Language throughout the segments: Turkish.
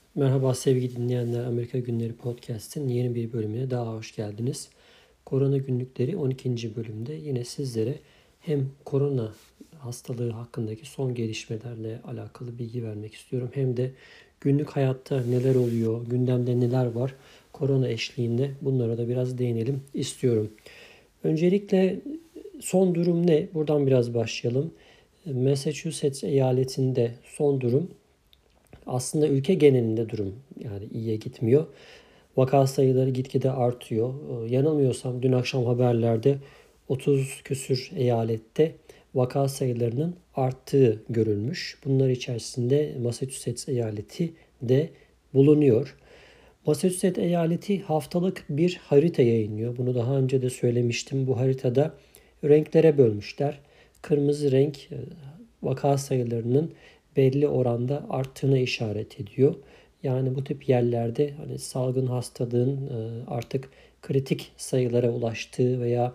Merhaba sevgili dinleyenler, Amerika Günleri Podcast'in yeni bir bölümüne daha hoş geldiniz. Korona Günlükleri 12. bölümde yine sizlere hem korona hastalığı hakkındaki son gelişmelerle alakalı bilgi vermek istiyorum. Hem de günlük hayatta neler oluyor, gündemde neler var, korona eşliğinde bunlara da biraz değinelim istiyorum. Öncelikle son durum ne? Buradan biraz başlayalım. Massachusetts eyaletinde son durum aslında ülke genelinde durum yani iyiye gitmiyor. Vaka sayıları gitgide artıyor. Yanılmıyorsam dün akşam haberlerde 30 küsür eyalette vaka sayılarının arttığı görülmüş. Bunlar içerisinde Massachusetts eyaleti de bulunuyor. Massachusetts eyaleti haftalık bir harita yayınlıyor. Bunu daha önce de söylemiştim. Bu haritada renklere bölmüşler. Kırmızı renk vaka sayılarının belli oranda arttığına işaret ediyor. Yani bu tip yerlerde hani salgın hastalığın artık kritik sayılara ulaştığı veya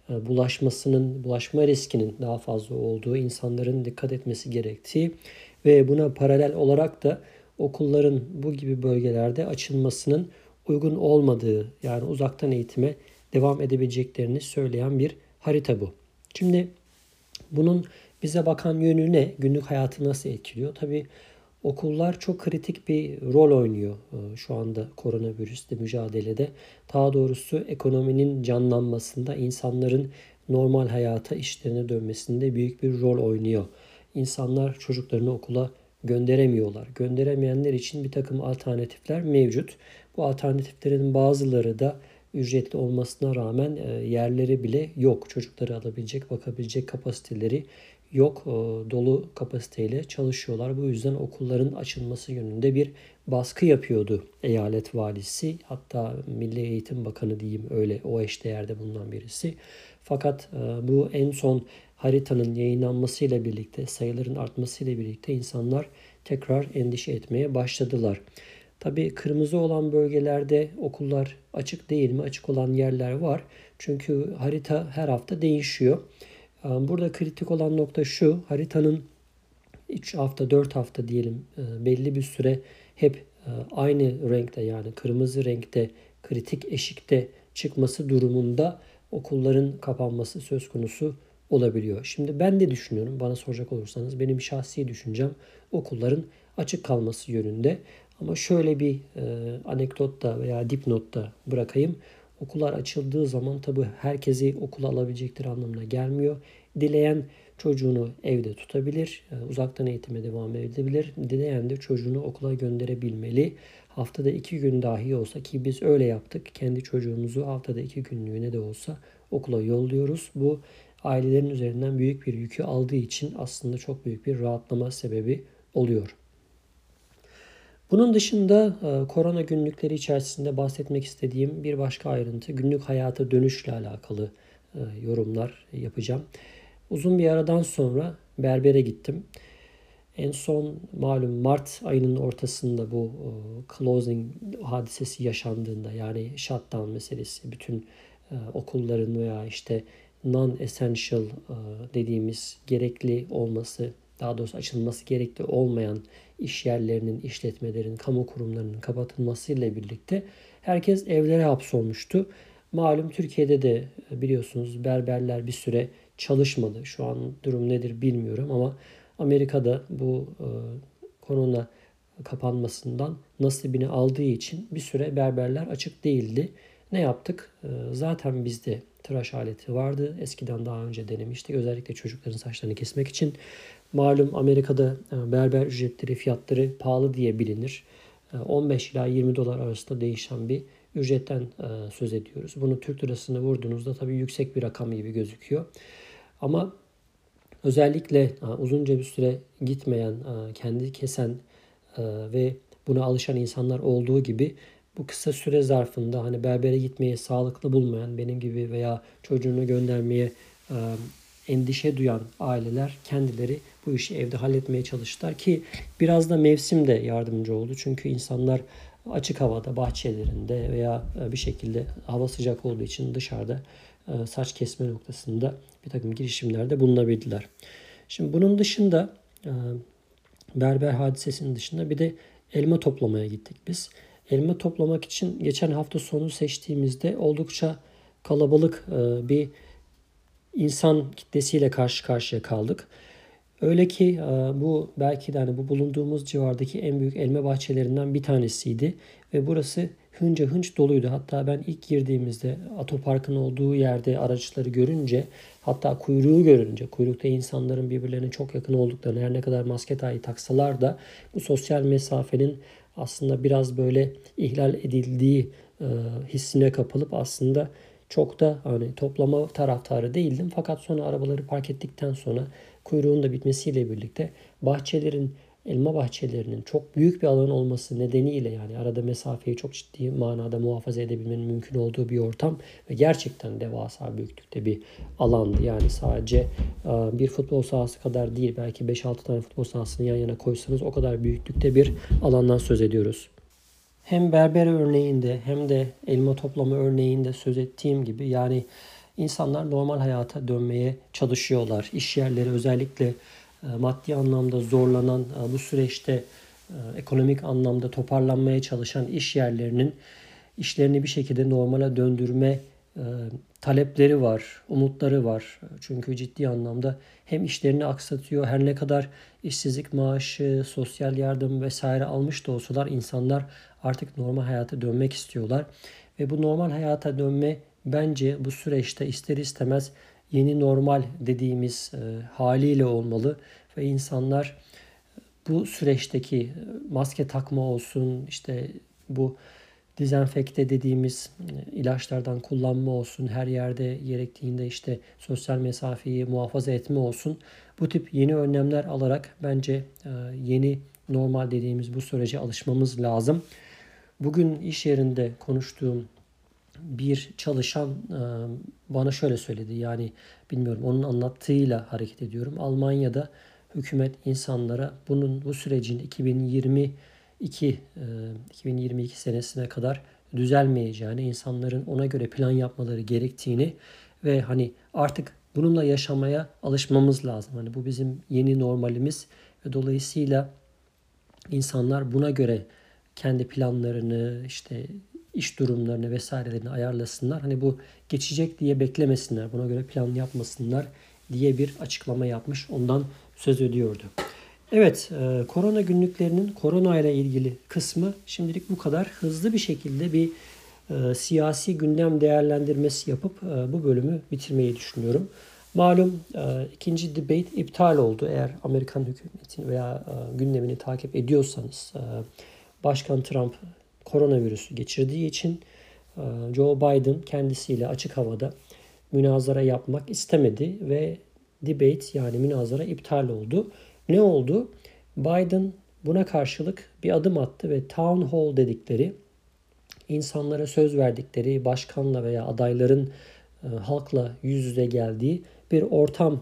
bulaşma riskinin daha fazla olduğu, insanların dikkat etmesi gerektiği ve buna paralel olarak da okulların bu gibi bölgelerde açılmasının uygun olmadığı, yani uzaktan eğitime devam edebileceklerini söyleyen bir harita bu. Şimdi bunun bize bakan yönü ne? Günlük hayatı nasıl etkiliyor? Tabii okullar çok kritik bir rol oynuyor şu anda koronavirüsle mücadelede. Daha doğrusu ekonominin canlanmasında, insanların normal hayata, işlerine dönmesinde büyük bir rol oynuyor. İnsanlar çocuklarını okula gönderemiyorlar. Gönderemeyenler için bir takım alternatifler mevcut. Bu alternatiflerin bazıları da ücretli olmasına rağmen yerleri bile yok. Çocukları alabilecek, bakabilecek kapasiteleri yok. Dolu kapasiteyle çalışıyorlar. Bu yüzden okulların açılması yönünde bir baskı yapıyordu eyalet valisi. Hatta Milli Eğitim Bakanı diyeyim, öyle o eşdeğerde bulunan birisi. Fakat bu en son haritanın yayınlanmasıyla birlikte, sayıların artmasıyla birlikte insanlar tekrar endişe etmeye başladılar. Tabii kırmızı olan bölgelerde okullar açık değil mi? Açık olan yerler var. Çünkü harita her hafta değişiyor. Burada kritik olan nokta şu: haritanın 3 hafta 4 hafta diyelim belli bir süre hep aynı renkte, yani kırmızı renkte, kritik eşikte çıkması durumunda okulların kapanması söz konusu olabiliyor. Şimdi ben de düşünüyorum, bana soracak olursanız benim şahsi düşüncem okulların açık kalması yönünde. Ama şöyle bir anekdot da veya dipnot da bırakayım. Okullar açıldığı zaman tabii herkesi okula alabilecektir anlamına gelmiyor. Dileyen çocuğunu evde tutabilir, uzaktan eğitime devam edebilir. Dileyen de çocuğunu okula gönderebilmeli. Haftada 2 gün dahi olsa, ki biz öyle yaptık, kendi çocuğumuzu haftada 2 günlüğüne de olsa okula yolluyoruz. Bu ailelerin üzerinden büyük bir yükü aldığı için aslında çok büyük bir rahatlama sebebi oluyor. Bunun dışında korona günlükleri içerisinde bahsetmek istediğim bir başka ayrıntı, günlük hayata dönüşle alakalı yorumlar yapacağım. Uzun bir aradan sonra berbere gittim. En son malum Mart ayının ortasında bu closing hadisesi yaşandığında, yani shutdown meselesi, bütün okulların veya işte non-essential dediğimiz gerekli olması, daha doğrusu açılması gerekli olmayan iş yerlerinin, işletmelerin, kamu kurumlarının kapatılmasıyla birlikte herkes evlere hapsolmuştu. Malum Türkiye'de de biliyorsunuz berberler bir süre çalışmadı. Şu an durum nedir bilmiyorum ama Amerika'da bu korona kapanmasından nasibini aldığı için bir süre berberler açık değildi. Ne yaptık? Zaten bizde tıraş aleti vardı. Eskiden daha önce denemiştik. Özellikle çocukların saçlarını kesmek için. Malum Amerika'da berber ücretleri, fiyatları pahalı diye bilinir. 15 ila 20 dolar arasında değişen bir ücretten söz ediyoruz. Bunu Türk lirasına vurduğunuzda tabii yüksek bir rakam gibi gözüküyor. Ama özellikle uzunca bir süre gitmeyen, kendi kesen ve buna alışan insanlar olduğu gibi bu kısa süre zarfında hani berbere gitmeyi sağlıklı bulmayan, benim gibi veya çocuğunu göndermeye endişe duyan aileler kendileri bu işi evde halletmeye çalıştılar ki biraz da mevsim de yardımcı oldu. Çünkü insanlar açık havada, bahçelerinde veya bir şekilde hava sıcak olduğu için dışarıda saç kesme noktasında bir takım girişimlerde bulunabildiler. Şimdi bunun dışında berber hadisesinin dışında bir de elma toplamaya gittik biz. Elma toplamak için geçen hafta sonu seçtiğimizde oldukça kalabalık bir insan kitlesiyle karşı karşıya kaldık. Öyle ki bu belki de hani bu bulunduğumuz civardaki en büyük elma bahçelerinden bir tanesiydi ve burası hınca hınç doluydu. Hatta ben ilk girdiğimizde otoparkın olduğu yerde araçları görünce, hatta kuyruğu görünce, kuyrukta insanların birbirlerine çok yakın olduklarını, her ne kadar maske dahi taksalar da bu sosyal mesafenin aslında biraz böyle ihlal edildiği hissine kapılıp aslında çok da hani toplama taraftarı değildim. Fakat sonra arabaları park ettikten sonra kuyruğun da bitmesiyle birlikte elma bahçelerinin çok büyük bir alan olması nedeniyle, yani arada mesafeyi çok ciddi manada muhafaza edebilmenin mümkün olduğu bir ortam ve gerçekten devasa büyüklükte bir alandı. Yani sadece bir futbol sahası kadar değil, belki 5-6 tane futbol sahasını yan yana koysanız o kadar büyüklükte bir alandan söz ediyoruz. Hem berber örneğinde hem de elma toplama örneğinde söz ettiğim gibi, yani insanlar normal hayata dönmeye çalışıyorlar. İş yerleri özellikle maddi anlamda zorlanan, bu süreçte ekonomik anlamda toparlanmaya çalışan iş yerlerinin işlerini bir şekilde normale döndürme talepleri var, umutları var. Çünkü ciddi anlamda hem işlerini aksatıyor, her ne kadar işsizlik maaşı, sosyal yardım vesaire almış da olsalar insanlar artık normal hayata dönmek istiyorlar. Ve bu normal hayata dönme bence bu süreçte ister istemez yeni normal dediğimiz haliyle olmalı. Ve insanlar bu süreçteki maske takma olsun, işte bu dezenfekte dediğimiz ilaçlardan kullanma olsun, her yerde gerektiğinde işte sosyal mesafeyi muhafaza etme olsun. Bu tip yeni önlemler alarak bence yeni normal dediğimiz bu sürece alışmamız lazım. Bugün iş yerinde konuştuğum bir çalışan bana şöyle söyledi. Yani bilmiyorum, onun anlattığıyla hareket ediyorum. Almanya'da hükümet insanlara bu sürecin 2022 senesine kadar düzelmeyeceğini, insanların ona göre plan yapmaları gerektiğini ve hani artık bununla yaşamaya alışmamız lazım. Hani bu bizim yeni normalimiz ve dolayısıyla insanlar buna göre kendi planlarını, işte iş durumlarını vesairelerini ayarlasınlar. Hani bu geçecek diye beklemesinler, buna göre plan yapmasınlar diye bir açıklama yapmış. Ondan söz ediyordu. Evet, korona günlüklerinin korona ile ilgili kısmı şimdilik bu kadar. Hızlı bir şekilde bir siyasi gündem değerlendirmesi yapıp bu bölümü bitirmeyi düşünüyorum. Malum ikinci debate iptal oldu. Eğer Amerikan hükümetini veya gündemini takip ediyorsanız, Başkan Trump koronavirüsü geçirdiği için Joe Biden kendisiyle açık havada münazara yapmak istemedi ve debate, yani münazara iptal oldu. Ne oldu? Biden buna karşılık bir adım attı ve town hall dedikleri, insanlara söz verdikleri, başkanla veya adayların halkla yüz yüze geldiği bir ortam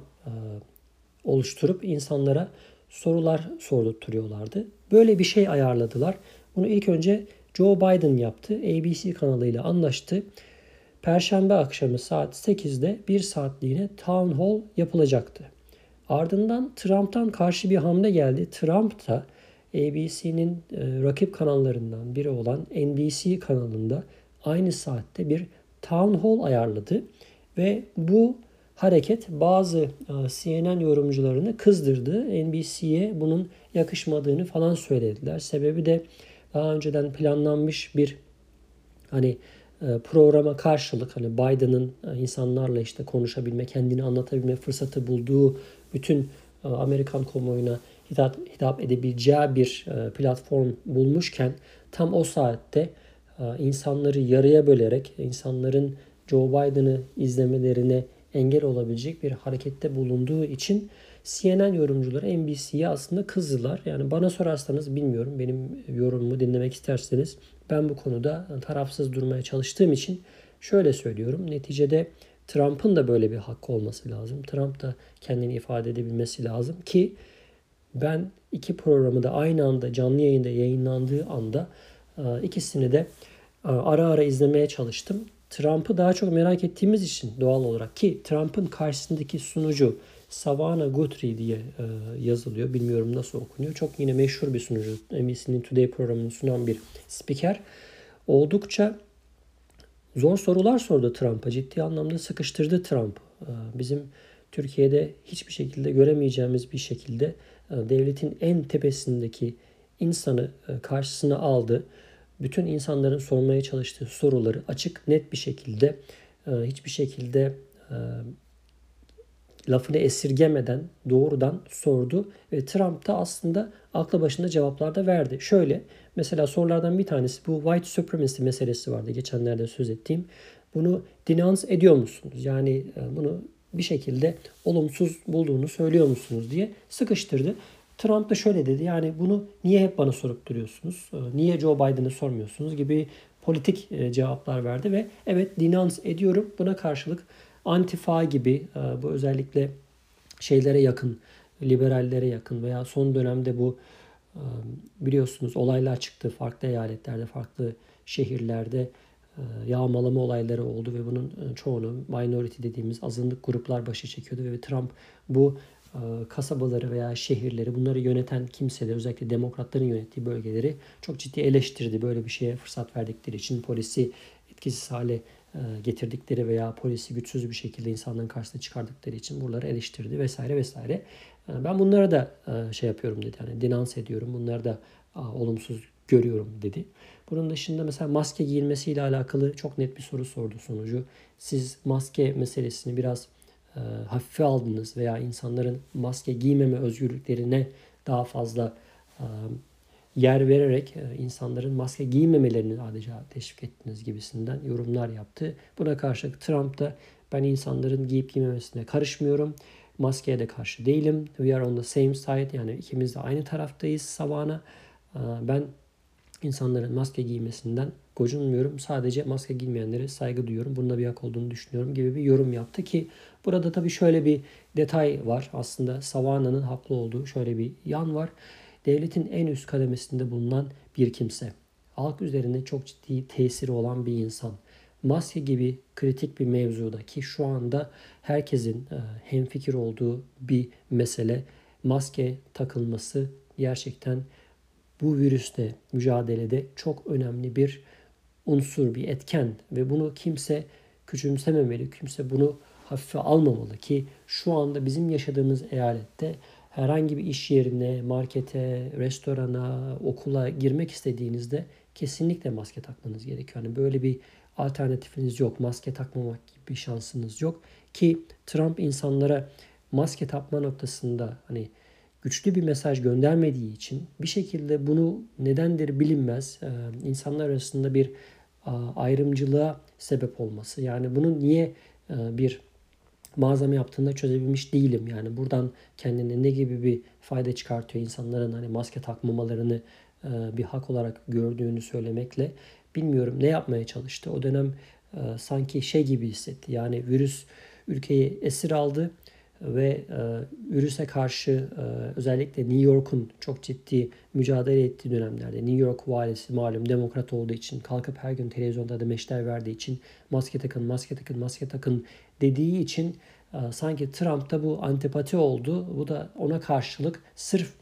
oluşturup insanlara sorular sordurtuyorlardı. Böyle bir şey ayarladılar. Bunu ilk önce Joe Biden yaptı. ABC kanalıyla anlaştı. Perşembe akşamı saat 8'de bir saatliğine Town Hall yapılacaktı. Ardından Trump'tan karşı bir hamle geldi. Trump da ABC'nin rakip kanallarından biri olan NBC kanalında aynı saatte bir Town Hall ayarladı. Ve bu hareket bazı CNN yorumcularını kızdırdı. NBC'ye bunun yakışmadığını falan söylediler. Sebebi de daha önceden planlanmış bir hani programa karşılık, hani Biden'ın insanlarla işte konuşabilme, kendini anlatabilme fırsatı bulduğu, bütün Amerikan kamuoyuna hitap edebileceği bir platform bulmuşken tam o saatte insanları yarıya bölerek insanların Joe Biden'ı izlemelerine engel olabilecek bir harekette bulunduğu için CNN yorumcuları NBC'ye aslında kızdılar. Yani bana sorarsanız, bilmiyorum, benim yorumumu dinlemek isterseniz, ben bu konuda tarafsız durmaya çalıştığım için şöyle söylüyorum. Neticede Trump'ın da böyle bir hakkı olması lazım. Trump da kendini ifade edebilmesi lazım ki ben iki programı da aynı anda canlı yayında yayınlandığı anda ikisini de ara ara izlemeye çalıştım. Trump'ı daha çok merak ettiğimiz için doğal olarak, ki Trump'ın karşısındaki sunucu Savannah Guthrie diye yazılıyor. Bilmiyorum nasıl okunuyor. Çok yine meşhur bir sunucu. NBC'nin Today programını sunan bir spiker. Oldukça zor sorular sordu Trump'a. Ciddi anlamda sıkıştırdı Trump. Bizim Türkiye'de hiçbir şekilde göremeyeceğimiz bir şekilde devletin en tepesindeki insanı karşısına aldı. Bütün insanların sormaya çalıştığı soruları açık, net bir şekilde hiçbir şekilde lafını esirgemeden doğrudan sordu ve Trump da aslında aklı başında cevaplar da verdi. Şöyle mesela sorulardan bir tanesi bu white supremacy meselesi vardı geçenlerde söz ettiğim. Bunu denounce ediyor musunuz? Yani bunu bir şekilde olumsuz bulduğunu söylüyor musunuz diye sıkıştırdı. Trump da şöyle dedi, yani bunu niye hep bana sorup duruyorsunuz? Niye Joe Biden'a sormuyorsunuz gibi politik cevaplar verdi ve evet denounce ediyorum. Buna karşılık Antifa gibi bu özellikle şeylere yakın, liberallere yakın veya son dönemde bu biliyorsunuz olaylar çıktı. Farklı eyaletlerde, farklı şehirlerde yağmalama olayları oldu ve bunun çoğunu minority dediğimiz azınlık gruplar başı çekiyordu ve Trump bu kasabaları veya şehirleri, bunları yöneten kimseleri, özellikle demokratların yönettiği bölgeleri çok ciddi eleştirdi. Böyle bir şeye fırsat verdikleri için, polisi etkisiz hale getirdikleri veya polisi güçsüz bir şekilde insanların karşısına çıkardıkları için buraları eleştirdi vesaire vesaire. Ben bunlara da şey yapıyorum dedi. Yani denounce ediyorum. Bunları da olumsuz görüyorum dedi. Bunun dışında mesela maske giyilmesiyle alakalı çok net bir soru sordu sonucu. Siz maske meselesini biraz hafife aldınız veya insanların maske giymeme özgürlüklerine daha fazla yer vererek insanların maske giymemelerini adeta teşvik ettiniz gibisinden yorumlar yaptı. Buna karşılık Trump da ben insanların giyip giymemesine karışmıyorum. Maskeye de karşı değilim. We are on the same side. Yani ikimiz de aynı taraftayız Savannah. Ben insanların maske giymesinden gocunmuyorum. Sadece maske giymeyenlere saygı duyuyorum. Bunda bir hak olduğunu düşünüyorum gibi bir yorum yaptı ki burada tabii şöyle bir detay var. Aslında Savannah'ın haklı olduğu şöyle bir yan var. Devletin en üst kademesinde bulunan bir kimse. Halk üzerinde çok ciddi tesiri olan bir insan. Maske gibi kritik bir mevzuda ki şu anda herkesin hemfikir olduğu bir mesele, maske takılması gerçekten bu virüste mücadelede çok önemli bir unsur, bir etken ve bunu kimse küçümsememeli, kimse bunu hafife almamalı ki şu anda bizim yaşadığımız eyalette herhangi bir iş yerine, markete, restorana, okula girmek istediğinizde kesinlikle maske takmanız gerekiyor. Yani böyle bir alternatifiniz yok. Maske takmamak gibi bir şansınız yok ki Trump insanlara maske takma noktasında hani güçlü bir mesaj göndermediği için bir şekilde bunu nedendir bilinmez insanlar arasında bir ayrımcılığa sebep olması. Yani bunu niye bir malzeme yaptığında çözebilmiş değilim. Yani buradan kendine ne gibi bir fayda çıkartıyor insanların hani maske takmamalarını bir hak olarak gördüğünü söylemekle bilmiyorum ne yapmaya çalıştı. O dönem sanki şey gibi hissetti. Yani virüs ülkeyi esir aldı ve virüse karşı özellikle New York'un çok ciddi mücadele ettiği dönemlerde New York valisi malum demokrat olduğu için kalkıp her gün televizyonda demeçler verdiği için maske takın, maske takın, maske takın dediği için sanki Trump'ta bu antipati oldu. Bu da ona karşılık sırf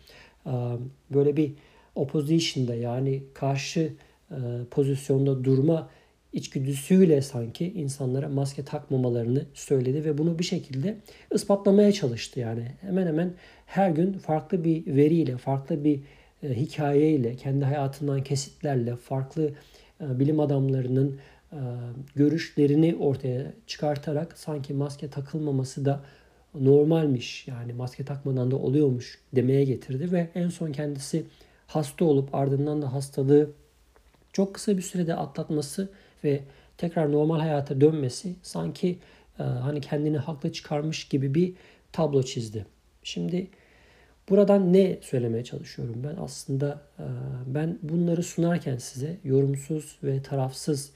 böyle bir opposition'da yani karşı pozisyonda durma içgüdüsüyle sanki insanlara maske takmamalarını söyledi ve bunu bir şekilde ispatlamaya çalıştı. Yani hemen hemen her gün farklı bir veriyle, farklı bir hikayeyle, kendi hayatından kesitlerle, farklı bilim adamlarının görüşlerini ortaya çıkartarak sanki maske takılmaması da normalmiş. Yani maske takmadan da oluyormuş demeye getirdi ve en son kendisi hasta olup ardından da hastalığı çok kısa bir sürede atlatması ve tekrar normal hayata dönmesi sanki hani kendini haklı çıkarmış gibi bir tablo çizdi. Şimdi buradan ne söylemeye çalışıyorum ben? Aslında ben bunları sunarken size yorumsuz ve tarafsız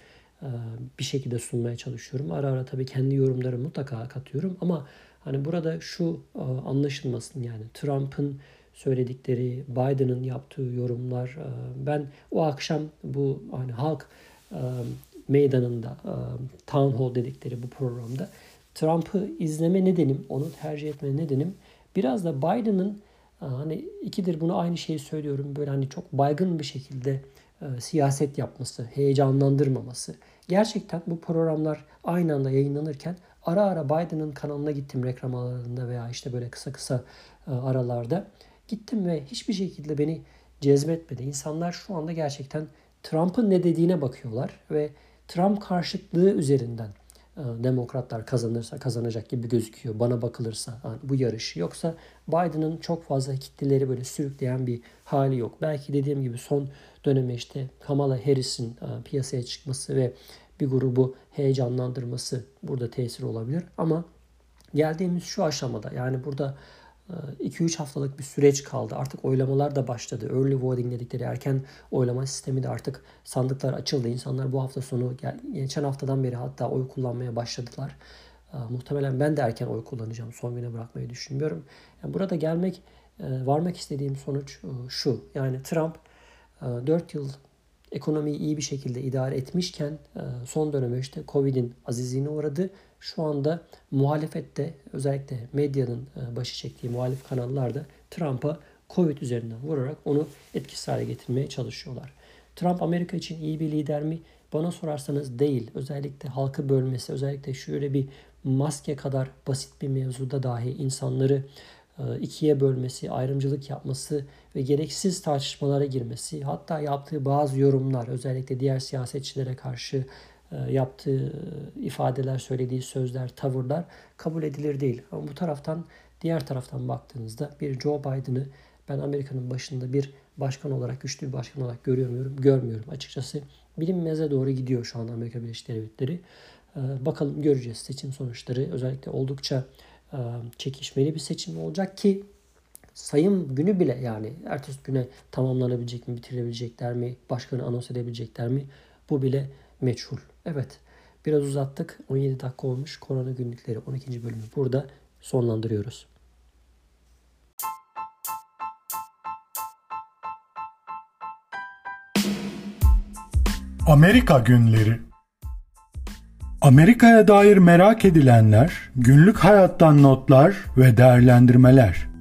bir şekilde sunmaya çalışıyorum. Ara ara tabii kendi yorumlarımı mutlaka katıyorum ama hani burada şu anlaşılmasın yani Trump'ın söyledikleri, Biden'ın yaptığı yorumlar ben o akşam bu hani halk meydanında Town Hall dedikleri bu programda Trump'ı izleme nedenim, onu tercih etme nedenim biraz da Biden'ın hani ikidir bunu aynı şeyi söylüyorum. Böyle hani çok baygın bir şekilde siyaset yapması, heyecanlandırmaması. Gerçekten bu programlar aynı anda yayınlanırken ara ara Biden'ın kanalına gittim reklam aralarında veya işte böyle kısa kısa aralarda. Gittim ve hiçbir şekilde beni cezbetmedi. İnsanlar şu anda gerçekten Trump'ın ne dediğine bakıyorlar ve Trump karşıtlığı üzerinden demokratlar kazanırsa kazanacak gibi gözüküyor bana bakılırsa bu yarış. Yoksa Biden'ın çok fazla kitleleri böyle sürükleyen bir hali yok. Belki dediğim gibi son döneme işte Kamala Harris'in piyasaya çıkması ve bir grubu heyecanlandırması burada tesir olabilir. Ama geldiğimiz şu aşamada yani burada 2-3 haftalık bir süreç kaldı. Artık oylamalar da başladı. Early voting dedikleri erken oylama sistemi de artık sandıklar açıldı. İnsanlar bu hafta sonu geçen haftadan beri hatta oy kullanmaya başladılar. Muhtemelen ben de erken oy kullanacağım. Son güne bırakmayı düşünmüyorum. Yani burada varmak istediğim sonuç şu. Yani Trump 4 yıl ekonomiyi iyi bir şekilde idare etmişken son döneme işte Covid'in azizliğine uğradı. Şu anda muhalefette özellikle medyanın başı çektiği muhalif kanallarda Trump'a Covid üzerinden vurarak onu etkisiz hale getirmeye çalışıyorlar. Trump Amerika için iyi bir lider mi? Bana sorarsanız değil. Özellikle halkı bölmesi, özellikle şöyle bir maske kadar basit bir mevzuda dahi insanları ikiye bölmesi, ayrımcılık yapması ve gereksiz tartışmalara girmesi, hatta yaptığı bazı yorumlar, özellikle diğer siyasetçilere karşı yaptığı ifadeler, söylediği sözler, tavırlar kabul edilir değil. Ama bu taraftan, diğer taraftan baktığınızda bir Joe Biden'ı ben Amerika'nın başında bir başkan olarak, güçlü bir başkan olarak görmüyorum açıkçası. Bilinmeze doğru gidiyor şu anda Amerika Birleşik Devletleri. Bakalım göreceğiz seçim sonuçları. Özellikle oldukça çekişmeli bir seçim olacak ki sayım günü bile yani ertesi güne tamamlanabilecek mi, bitirilebilecekler mi, başkanı anons edebilecekler mi bu bile meçhul. Evet, biraz uzattık. 17 dakika olmuş. Korona Günlükleri 12. bölümü burada sonlandırıyoruz. Amerika Günleri. Amerika'ya dair merak edilenler, günlük hayattan notlar ve değerlendirmeler.